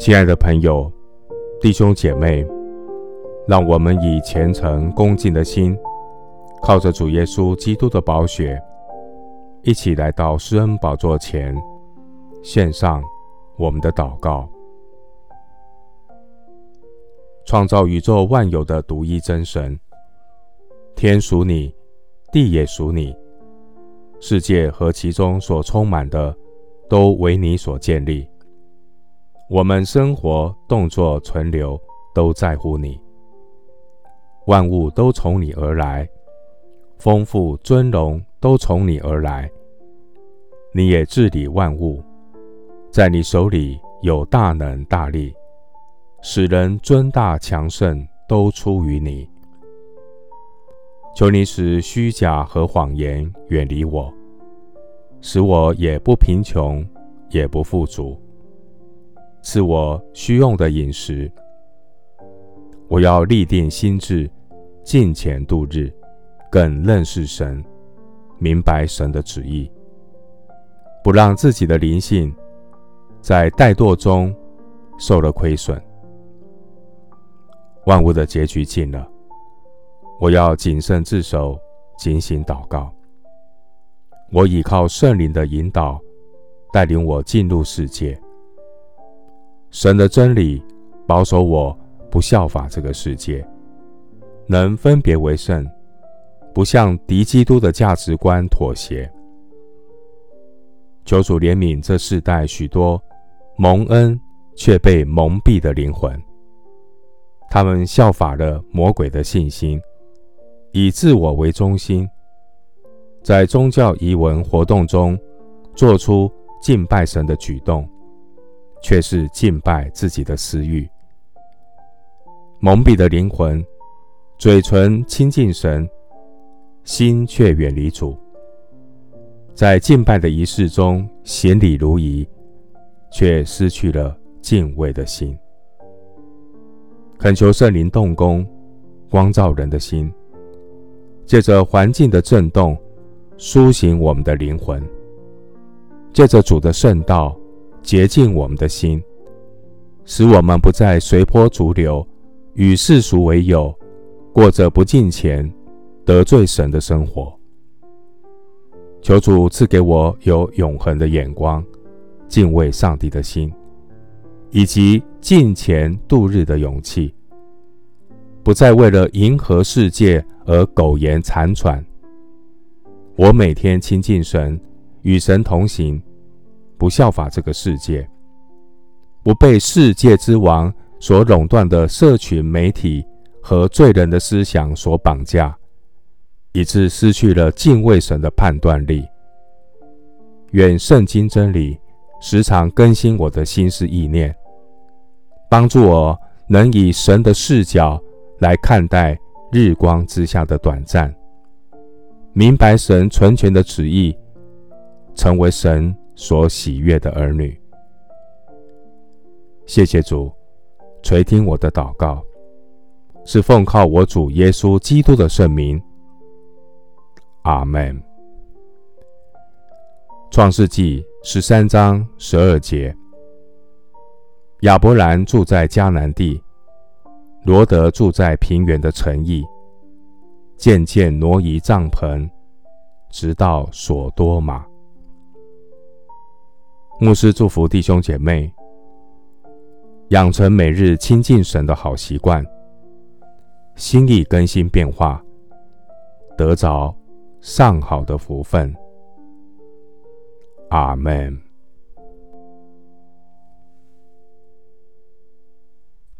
亲爱的朋友、弟兄姐妹，让我们以虔诚恭敬的心，靠着主耶稣基督的宝血，一起来到施恩宝座前，献上我们的祷告。创造宇宙万有的独一真神，天属你，地也属你，世界和其中所充满的，都为你所建立。我们生活、动作、存留，都在乎你。万物都从你而来，丰富尊荣都从你而来。你也治理万物，在你手里有大能大力，使人尊大强盛都出于你。求你使虚假和谎言远离我，使我也不贫穷，也不富足。赐我需用的饮食。我要立定心志，敬虔度日，更认识神，明白神的旨意，不让自己的灵性在怠惰中受了亏损。万物的结局近了，我要谨慎自守，警醒祷告。我倚靠圣灵的引导，带领我进入世界。神的真理保守我不效法这个世界，能分别为圣，不向敌基督的价值观妥协。求主怜悯这世代许多蒙恩却被蒙蔽的灵魂，他们效法了魔鬼的信心，以自我为中心，在宗教仪文活动中做出敬拜神的举动，却是敬拜自己的私欲。蒙蔽的灵魂，嘴唇亲近神，心却远离主，在敬拜的仪式中显礼如仪，却失去了敬畏的心。恳求圣灵动工，光照人的心，借着环境的震动，苏醒我们的灵魂，借着主的圣道，洁净我们的心，使我们不再随波逐流，与世俗为友，过着不敬虔、得罪神的生活。求主赐给我有永恒的眼光，敬畏上帝的心，以及敬虔度日的勇气，不再为了迎合世界而苟延残喘。我每天亲近神，与神同行，不效法这个世界，不被世界之王所垄断的社群媒体和罪人的思想所绑架，以致失去了敬畏神的判断力。愿圣经真理时常更新我的心思意念，帮助我能以神的视角来看待日光之下的短暂，明白神纯全的旨意，成为神所喜悦的儿女。谢谢主垂听我的祷告，是奉靠我主耶稣基督的圣名。阿们。创世纪13章12节，亚伯兰住在迦南地，罗得住在平原的城邑，渐渐挪移帐篷，直到所多玛。牧师祝福弟兄姐妹，养成每日亲近神的好习惯，心意更新变化，得着上好的福分。阿们。